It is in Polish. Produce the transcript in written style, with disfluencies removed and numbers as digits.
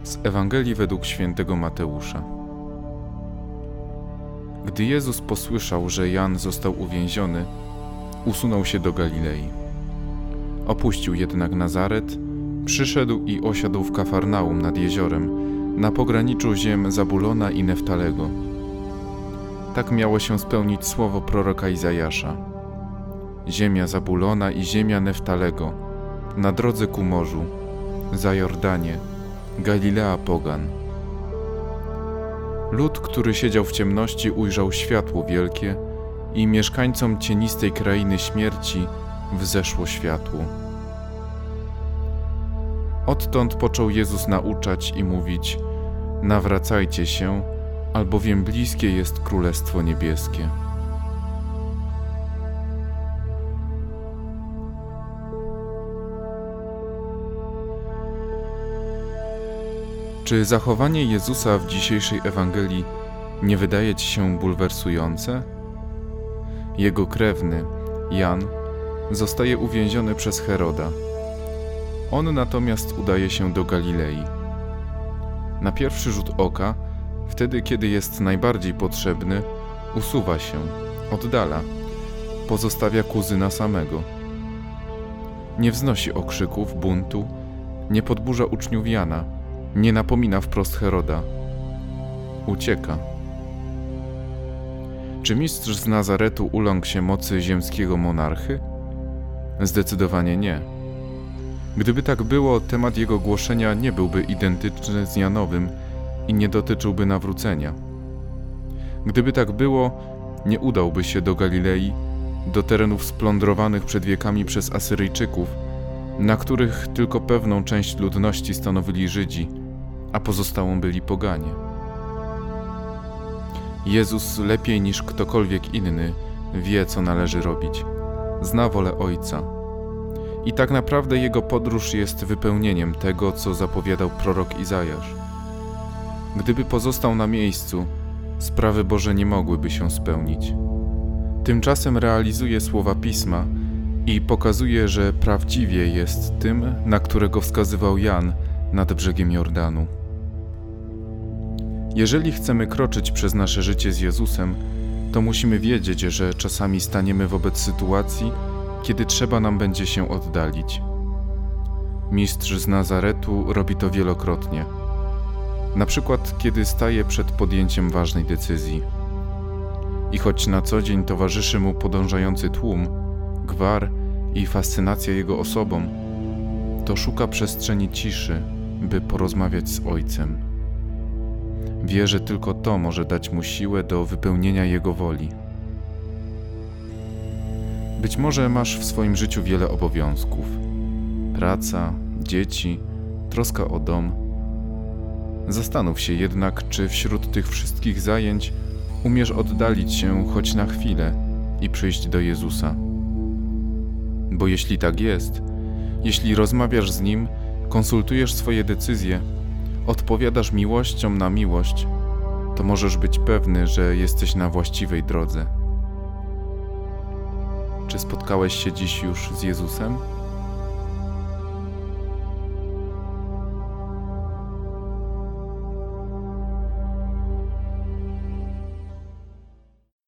Z Ewangelii według świętego Mateusza. Gdy Jezus posłyszał, że Jan został uwięziony, usunął się do Galilei. Opuścił jednak Nazaret, przyszedł i osiadł w Kafarnaum nad jeziorem, na pograniczu ziem Zabulona i Neftalego. Tak miało się spełnić słowo proroka Izajasza. Ziemia Zabulona i ziemia Neftalego, na drodze ku morzu, za Jordanie, Galilea pogan. Lud, który siedział w ciemności, ujrzał światło wielkie i mieszkańcom cienistej krainy śmierci wzeszło światło. Odtąd począł Jezus nauczać i mówić: nawracajcie się, albowiem bliskie jest Królestwo Niebieskie. Czy zachowanie Jezusa w dzisiejszej Ewangelii nie wydaje ci się bulwersujące? Jego krewny, Jan, zostaje uwięziony przez Heroda. On natomiast udaje się do Galilei. Na pierwszy rzut oka, wtedy kiedy jest najbardziej potrzebny, usuwa się, oddala, pozostawia kuzyna samego. Nie wznosi okrzyków, buntu, nie podburza uczniów Jana, nie napomina wprost Heroda. Ucieka. Czy mistrz z Nazaretu uląkł się mocy ziemskiego monarchy? Zdecydowanie nie. Gdyby tak było, temat jego głoszenia nie byłby identyczny z Janowym i nie dotyczyłby nawrócenia. Gdyby tak było, nie udałby się do Galilei, do terenów splądrowanych przed wiekami przez Asyryjczyków, na których tylko pewną część ludności stanowili Żydzi, a pozostałą byli poganie. Jezus lepiej niż ktokolwiek inny wie, co należy robić. Zna wolę Ojca. I tak naprawdę jego podróż jest wypełnieniem tego, co zapowiadał prorok Izajasz. Gdyby pozostał na miejscu, sprawy Boże nie mogłyby się spełnić. Tymczasem realizuje słowa Pisma i pokazuje, że prawdziwie jest tym, na którego wskazywał Jan nad brzegiem Jordanu. Jeżeli chcemy kroczyć przez nasze życie z Jezusem, to musimy wiedzieć, że czasami staniemy wobec sytuacji, kiedy trzeba nam będzie się oddalić. Mistrz z Nazaretu robi to wielokrotnie. Na przykład, kiedy staje przed podjęciem ważnej decyzji. I choć na co dzień towarzyszy mu podążający tłum, gwar i fascynacja jego osobą, to szuka przestrzeni ciszy, by porozmawiać z Ojcem. Wie, że tylko to może dać mu siłę do wypełnienia Jego woli. Być może masz w swoim życiu wiele obowiązków. Praca, dzieci, troska o dom. Zastanów się jednak, czy wśród tych wszystkich zajęć umiesz oddalić się choć na chwilę i przyjść do Jezusa. Bo jeśli tak jest, jeśli rozmawiasz z Nim, konsultujesz swoje decyzje, odpowiadasz miłością na miłość, to możesz być pewny, że jesteś na właściwej drodze. Czy spotkałeś się dziś już z Jezusem?